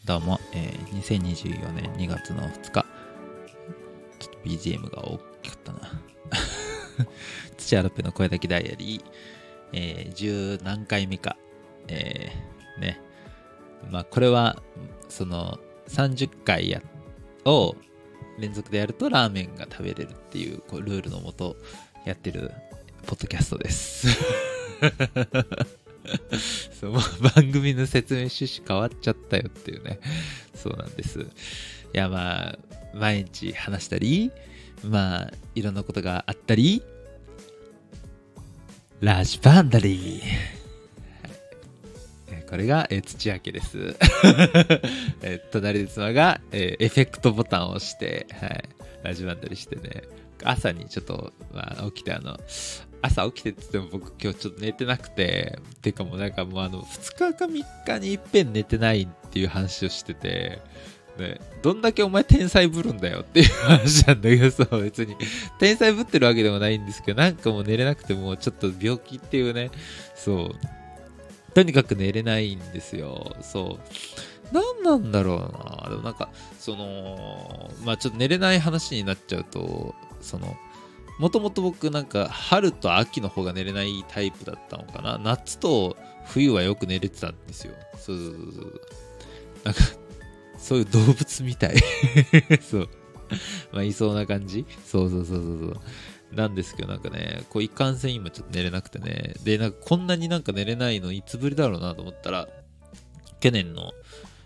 どうも、2024年2月の2日。ちょっと BGM が大きかったな。土屋ロッペの声だけダイアリー、10何回目か。ね。まあ、これは、その、30回を連続でやるとラーメンが食べれるっていう、こうルールのもとやってるポッドキャストです。そう、もう番組の説明趣旨変わっちゃったよっていうね。そうなんです。いや、まあ、毎日話したり、まあ、いろんなことがあったり、ラジバンダリー。これが、土屋家です。隣で妻が、エフェクトボタンを押して、はい、ラジバンダリしてね、朝にちょっと、まあ、起きて朝起きてって言っても僕今日ちょっと寝てなくて、てかもうなんかもう2日か3日にいっぺん寝てないっていう話をしてて、ね、どんだけお前天才ぶるんだよっていう話なんだけど、そう別に天才ぶってるわけでもないんですけど、なんかもう寝れなくてもうちょっと病気っていうね、そう。とにかく寝れないんですよ。そう。何なんだろうな。でもなんか、まあちょっと寝れない話になっちゃうと、もともと僕なんか春と秋の方が寝れないタイプだったのかな。夏と冬はよく寝れてたんですよ。そう。なんか、そういう動物みたい。そう。まあいそうな感じ。そう。なんですけどなんかね、こういかんせん今ちょっと寝れなくてね。で、なんかこんなになんか寝れないのいつぶりだろうなと思ったら、去年の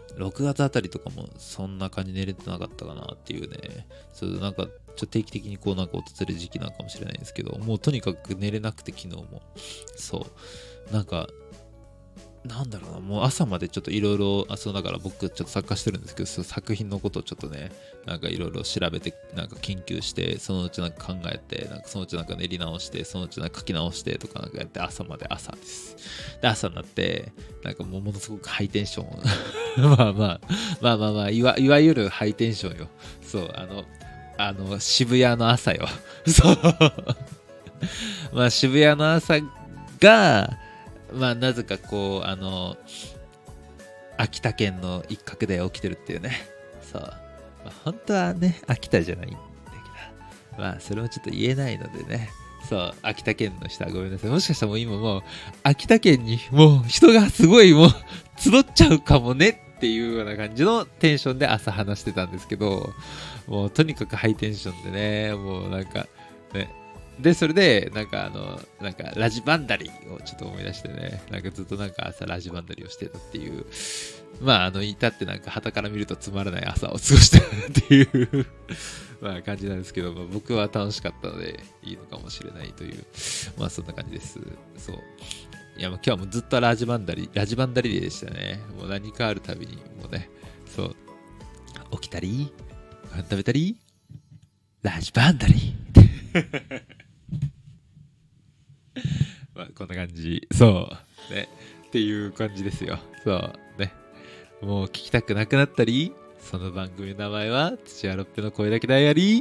6月あたりとかもそんな感じ寝れてなかったかなっていうね。そう、なんかちょっと定期的にこうなんか訪れる時期なのかもしれないんですけど、もうとにかく寝れなくて昨日も。そう。なんか、なんだろうな、もう朝までちょっといろいろ、だから僕ちょっと作家してるんですけど、その作品のことをちょっとね、なんかいろいろ調べて、なんか研究して、そのうちなんか考えて、なんかそのうちなんか練り直して、そのうちなんか書き直してとかなんかやって、朝まで朝です。で、朝になって、なんかもうものすごくハイテンション。まあ、いわゆるハイテンションよ。そう、渋谷の朝よ。そう。まあ、渋谷の朝が、まあ、なぜかこう、秋田県の一角で起きてるっていうね。そう。まあ、本当はね、秋田じゃないんだけど、まあ、それもちょっと言えないのでね。そう、秋田県の人はごめんなさい。もしかしたらもう今もう、秋田県にもう人がすごいもう、集っちゃうかもねっていうような感じのテンションで朝話してたんですけど、もうとにかくハイテンションでね、もうなんか、ね、で、それで、なんかなんかラジバンダリをちょっと思い出してね、なんかずっとなんか朝ラジバンダリをしてたっていう、まあ至ってなんか旗から見るとつまらない朝を過ごしてたっていうまあ感じなんですけど、まあ、僕は楽しかったのでいいのかもしれないという、まあそんな感じです。そう。いやもう今日はもうずっとラジバンダリデーでしたね。もう何かあるたびに、もうね、そう、起きたり、ご飯食べたり、ラジバンダリまあ、こんな感じ。そう。ね。っていう感じですよ。そう。ね。もう聞きたくなくなったり、その番組の名前は、土屋ロッペの声だけダイアリー。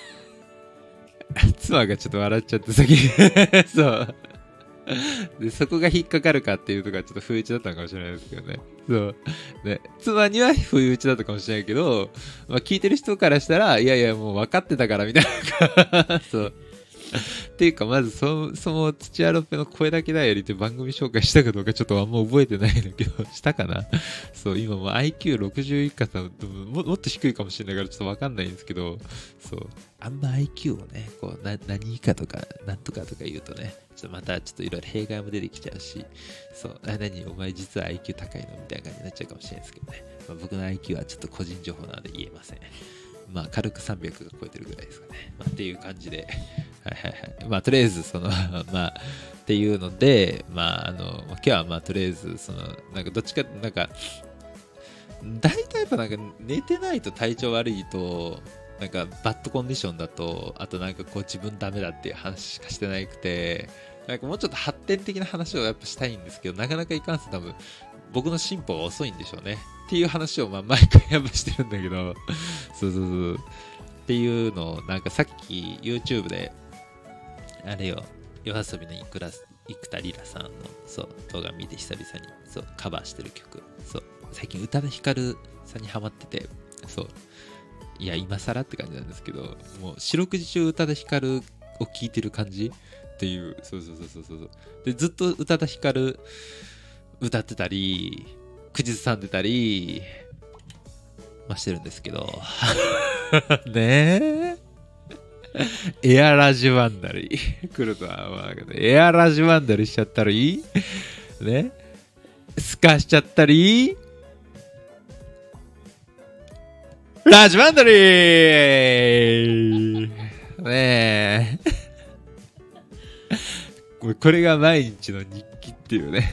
妻がちょっと笑っちゃって先にそう。で、そこが引っかかるかっていうとかちょっと不意打ちだったのかもしれないですけどね。そう。ね。妻には不意打ちだったかもしれないけど、まあ聞いてる人からしたら、いやいやもう分かってたからみたいな。そう。っていうか、まずその土屋ロッペの声だけだよりって番組紹介したかどうかちょっとあんま覚えてないんだけど、したかな。そう、今もう IQ60 以下さ、もっと低いかもしれないからちょっとわかんないんですけど、そう、あんま IQ をね、こう、何以下とか、なんとかとか言うとね、ちょっとまたちょっといろいろ弊害も出てきちゃうし、そう、お前実は IQ 高いのみたいな感じになっちゃうかもしれないですけどね。まあ、僕の IQ はちょっと個人情報なので言えません。まあ、軽く300が超えてるぐらいですかね。まあ、っていう感じで。まあ、とりあえず、まあ、っていうので、まあ、今日は、まあ、とりあえず、なんか、どっちか、なんか、大体やっぱなんか、寝てないと体調悪いと、なんか、バッドコンディションだと、あとなんかこう、自分ダメだっていう話しかしてなくて、なんかもうちょっと発展的な話をやっぱしたいんですけど、なかなかいかんせん多分、僕の進歩が遅いんでしょうね。っていう話をまあ毎回やっぱしてるんだけど、そう。っていうのを、なんかさっき YouTube で、あれよ、夜遊びの生田リラさんのそう動画見て久々にそうカバーしてる曲そう最近宇多田ヒカルさんにハマってて、そう。いや、今更って感じなんですけど、もう四六時中宇多田ヒカルを聴いてる感じっていう、そう。で、ずっと宇多田ヒカル歌ってたり、口ずさんでたり、してるんですけど、ねえ。エアラジワンダリ来るとは思わなかった。エアラジワンダリしちゃったり、ね。スカしちゃったり、ラジワンダリーねえ。これが毎日の日記っていうね。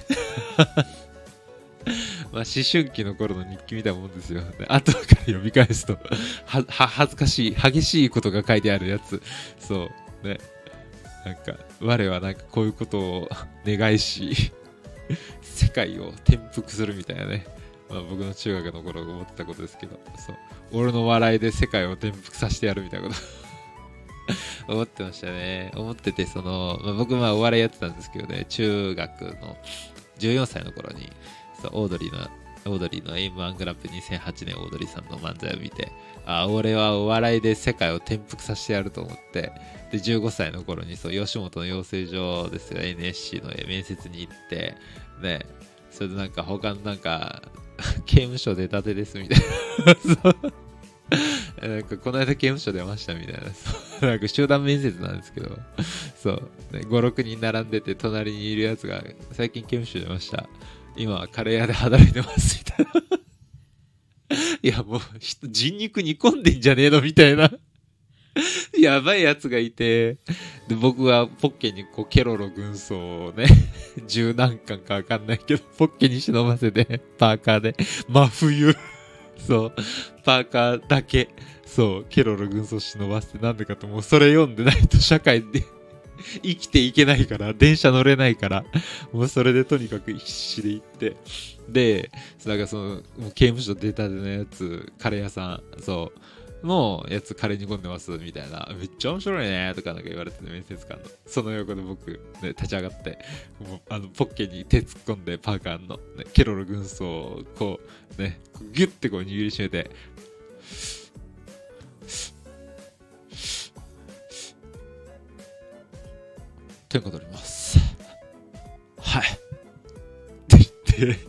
思春期の頃の日記みたいなもんですよ。後から読み返すと恥ずかしい、激しいことが書いてあるやつ。そうね。なんか我はなんかこういうことを願いし、世界を転覆するみたいなね。僕の中学の頃思ってたことですけど、そう俺の笑いで世界を転覆させてやるみたいなこと思ってましたね。思ってて、僕お笑いやってたんですけどね、中学の14歳の頃にオードリーの M1 グランプリ2008年オードリーさんの漫才を見て、俺はお笑いで世界を転覆させてやると思って、で15歳の頃に吉本の養成所ですよ、 NSC の面接に行ってね、それでなんか他のなんか刑務所出たてですみたいななんかこの間刑務所出ましたみたいな、なんか集団面接なんですけど、5、6人並んでて、隣にいるやつが最近刑務所出ました、今はカレー屋で働いてますみたいないやもう人肉煮込んでんじゃねえのみたいなやばいやつがいて、で僕はポッケにケロロ軍曹をね十何巻かわかんないけどポッケに忍ばせて、パーカーで真冬パーカーだけケロロ軍曹忍ばせて、なんでかともうそれ読んでないと社会で生きていけないから、電車乗れないから、もうそれでとにかく必死で行って、でなんかもう刑務所出たてのやつ、カレー屋さんのやつカレー煮込んでますみたいな、めっちゃ面白いねとかなんか言われてて、面接官のその横で僕、ね、立ち上がってもうポッケに手突っ込んで、パーカーの、ね、ケロロ軍曹をねギュッて握りしめて、点が取りますはいって言って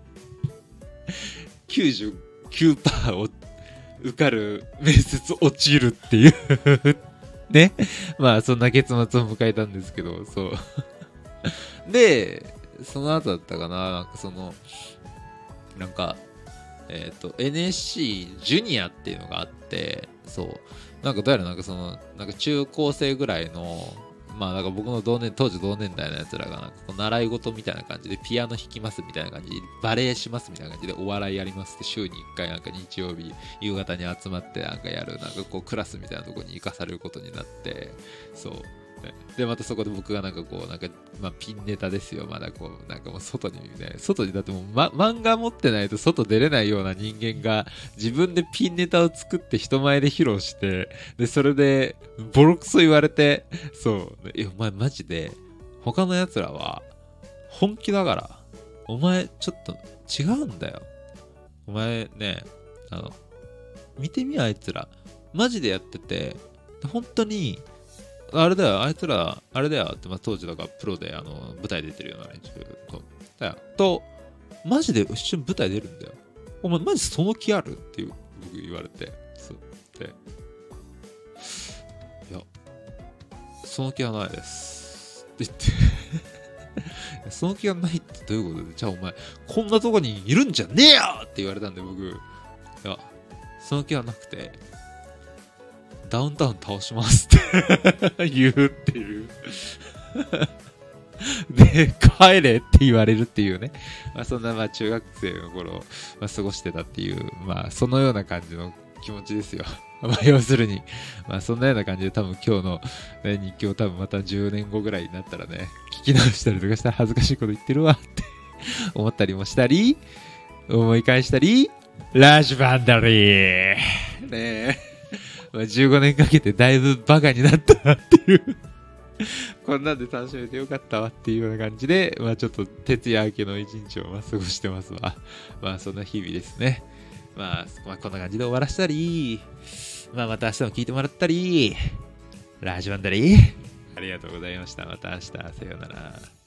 99% を受かる面接落ちるっていうね、そんな結末を迎えたんですけど、でその後だったかな、なんかNSC ジュニアっていうのがあって、なんかどうやらなんかなんか中高生ぐらいの、なんか僕の当時同年代のやつらがなんか習い事みたいな感じでピアノ弾きますみたいな感じで、バレエしますみたいな感じで、お笑いやりますって週に1回なんか日曜日夕方に集まってなんかやる、なんかクラスみたいなところに行かされることになって、でまたそこで僕がなんかピンネタですよ、なんかもう外にだってもう、漫画持ってないと外出れないような人間が自分でピンネタを作って人前で披露して、でそれでボロクソ言われて、お前マジで他のやつらは本気だから、お前ちょっと違うんだよ、お前ね、見てみ、あいつらマジでやってて、本当にあれだよ、あいつら、あれだよって、当時だからプロで舞台出てるような連中と、マジで一緒に舞台出るんだよ。お前マジその気あるって僕言われて、で、いや、その気はないですって言ってその気がないってどういうことで、じゃあお前こんなとこにいるんじゃねえよって言われたんで、僕、いや、その気はなくて、ダウンタウン倒しますって言うっていうで、帰れって言われるっていうね、そんな中学生の頃、過ごしてたっていう、そのような感じの気持ちですよ要するに、そんなような感じで多分今日の、ね、日記を多分また10年後ぐらいになったらね、聞き直したりとかしたら恥ずかしいこと言ってるわって思ったりもしたり、思い返したり、ラジバンダリーねえ15年かけてだいぶバカになったなっていうこんなんで楽しめてよかったわっていうような感じで、まあちょっと徹夜明けの一日を過ごしてますわ。まあそんな日々ですね。まあこんな感じで終わらせたり、まあまた明日も聞いてもらったり、ラジオンだり、ありがとうございました。また明日、さようなら。